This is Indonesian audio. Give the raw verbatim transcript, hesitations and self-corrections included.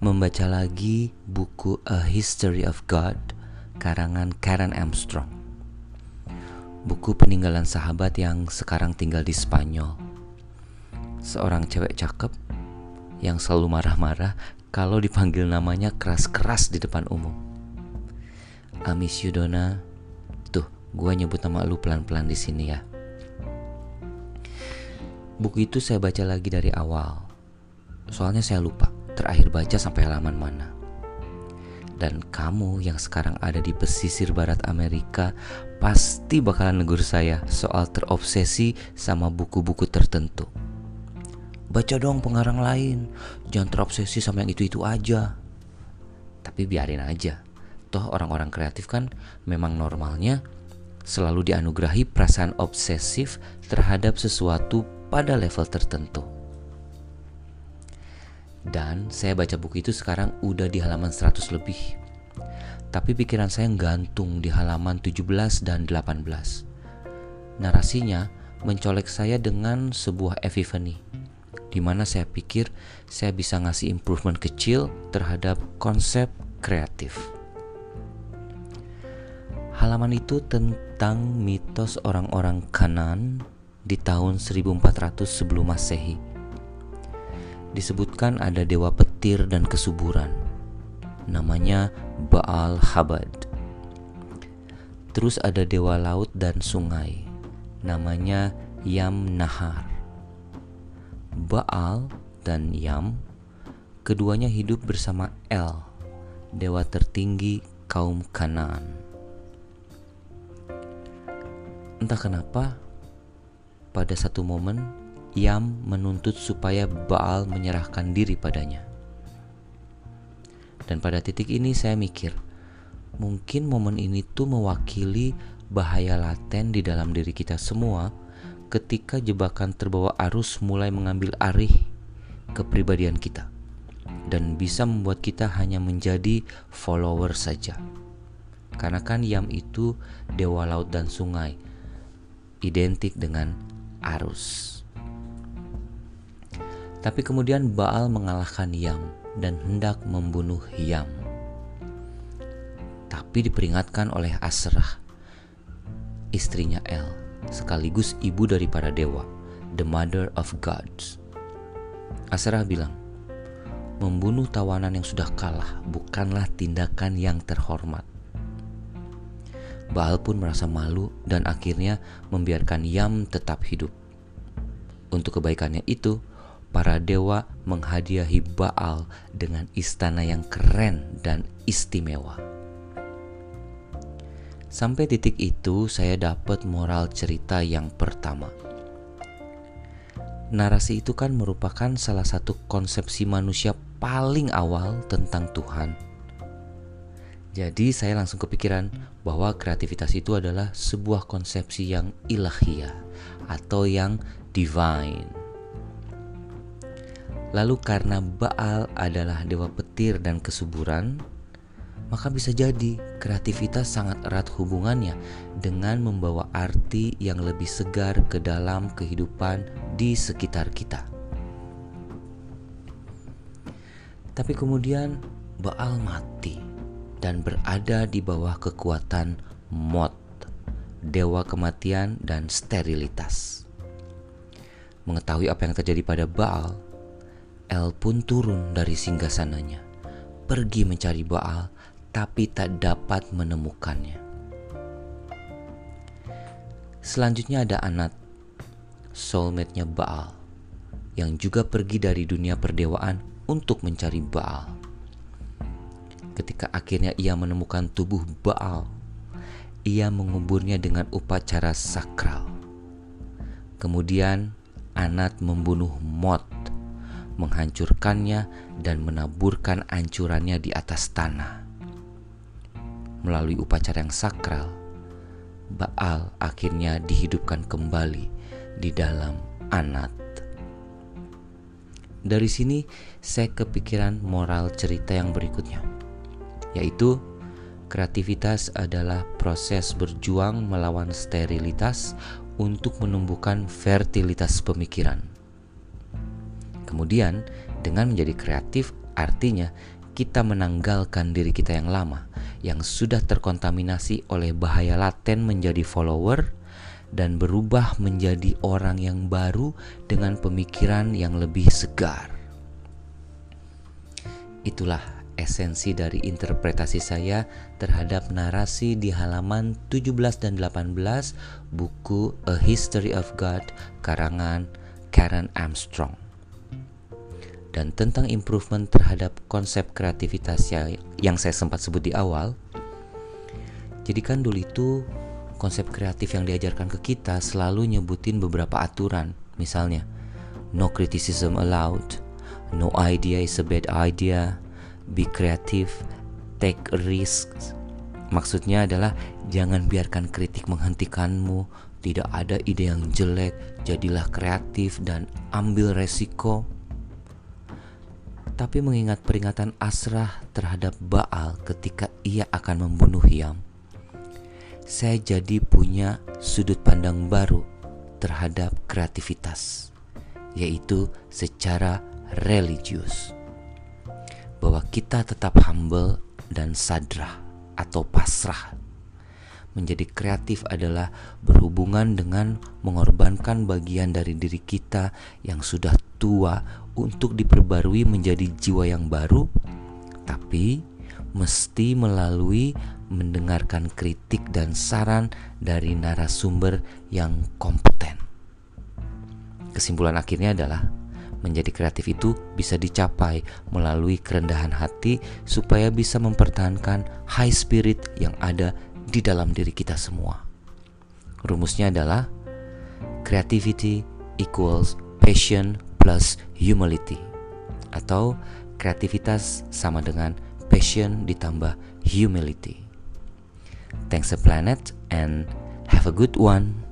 membaca lagi buku A History of God karangan Karen Armstrong. Buku peninggalan sahabat yang sekarang tinggal di Spanyol. Seorang cewek cakep yang selalu marah-marah kalau dipanggil namanya keras-keras di depan umum. I miss you, Donna. Tuh, gua nyebut nama lu pelan-pelan di sini ya. Buku itu saya baca lagi dari awal. Soalnya saya lupa terakhir baca sampai halaman mana. Dan kamu yang sekarang ada di pesisir barat Amerika pasti bakalan negur saya soal terobsesi sama buku-buku tertentu. Baca dong pengarang lain, jangan terobsesi sama yang itu-itu aja. Tapi biarin aja. Toh orang-orang kreatif kan memang normalnya selalu dianugerahi perasaan obsesif terhadap sesuatu pada level tertentu. Dan saya baca buku itu sekarang udah di halaman seratus lebih. Tapi pikiran saya gantung di halaman tujuh belas dan delapan belas. Narasinya mencolek saya dengan sebuah epiphany, di mana saya pikir saya bisa ngasih improvement kecil terhadap konsep kreatif. Halaman itu tentang mitos orang-orang Kanaan di tahun seribu empat ratus sebelum Masehi. Disebutkan ada dewa petir dan kesuburan, namanya Baal Habad. Terus ada dewa laut dan sungai, namanya Yam Nahar. Baal dan Yam, keduanya hidup bersama El, dewa tertinggi kaum Kanaan. Entah kenapa, pada satu momen Yam menuntut supaya Baal menyerahkan diri padanya. Dan pada titik ini saya mikir, mungkin momen ini tuh mewakili bahaya laten di dalam diri kita semua ketika jebakan terbawa arus mulai mengambil alih kepribadian kita dan bisa membuat kita hanya menjadi follower saja. Karena kan Yam itu dewa laut dan sungai, identik dengan arus. Tapi kemudian Baal mengalahkan Yam dan hendak membunuh Yam. Tapi diperingatkan oleh Asherah, istrinya El, sekaligus ibu dari para dewa, the mother of gods. Asherah bilang, membunuh tawanan yang sudah kalah bukanlah tindakan yang terhormat. Baal pun merasa malu dan akhirnya membiarkan Yam tetap hidup. Untuk kebaikannya itu, para dewa menghadiahi Baal dengan istana yang keren dan istimewa. Sampai titik itu saya dapat moral cerita yang pertama. Narasi itu kan merupakan salah satu konsepsi manusia paling awal tentang Tuhan. Jadi saya langsung kepikiran bahwa kreativitas itu adalah sebuah konsepsi yang ilahiyah atau yang divine. Lalu karena Baal adalah dewa petir dan kesuburan, maka bisa jadi kreativitas sangat erat hubungannya dengan membawa arti yang lebih segar ke dalam kehidupan di sekitar kita. Tapi kemudian Baal mati dan berada di bawah kekuatan Mot, dewa kematian dan sterilitas. Mengetahui apa yang terjadi pada Baal, El pun turun dari singgasananya, pergi mencari Baal, tapi tak dapat menemukannya. Selanjutnya ada Anat, soulmate-nya Baal, yang juga pergi dari dunia perdewaan untuk mencari Baal. Ketika akhirnya ia menemukan tubuh Baal, ia menguburnya dengan upacara sakral. Kemudian Anat membunuh Mot, menghancurkannya dan menaburkan ancurannya di atas tanah. Melalui upacara yang sakral, Baal akhirnya dihidupkan kembali di dalam Anat. Dari sini saya kepikiran moral cerita yang berikutnya, yaitu kreativitas adalah proses berjuang melawan sterilitas untuk menumbuhkan fertilitas pemikiran. Kemudian, dengan menjadi kreatif, artinya kita menanggalkan diri kita yang lama, yang sudah terkontaminasi oleh bahaya laten menjadi follower, dan berubah menjadi orang yang baru dengan pemikiran yang lebih segar. Itulah esensi dari interpretasi saya terhadap narasi di halaman tujuh belas dan delapan belas buku A History of God karangan Karen Armstrong. Dan tentang improvement terhadap konsep kreativitas yang saya sempat sebut di awal. Jadi kan dulu itu konsep kreatif yang diajarkan ke kita selalu nyebutin beberapa aturan. Misalnya, no criticism allowed, no idea is a bad idea, be creative, take a risk. Maksudnya adalah jangan biarkan kritik menghentikanmu, tidak ada ide yang jelek, jadilah kreatif dan ambil resiko. Tapi mengingat peringatan Asrah terhadap Baal ketika ia akan membunuh Hyam, saya jadi punya sudut pandang baru terhadap kreativitas, yaitu secara religius. Bahwa kita tetap humble dan sadrah atau pasrah. Menjadi kreatif adalah berhubungan dengan mengorbankan bagian dari diri kita yang sudah tua untuk diperbarui menjadi jiwa yang baru, tapi mesti melalui mendengarkan kritik dan saran dari narasumber yang kompeten. Kesimpulan akhirnya adalah menjadi kreatif itu bisa dicapai melalui kerendahan hati supaya bisa mempertahankan high spirit yang ada di dalam diri kita semua. Rumusnya adalah creativity equals passion plus humility, atau kreativitas sama dengan passion ditambah humility. Thanks a planet and have a good one.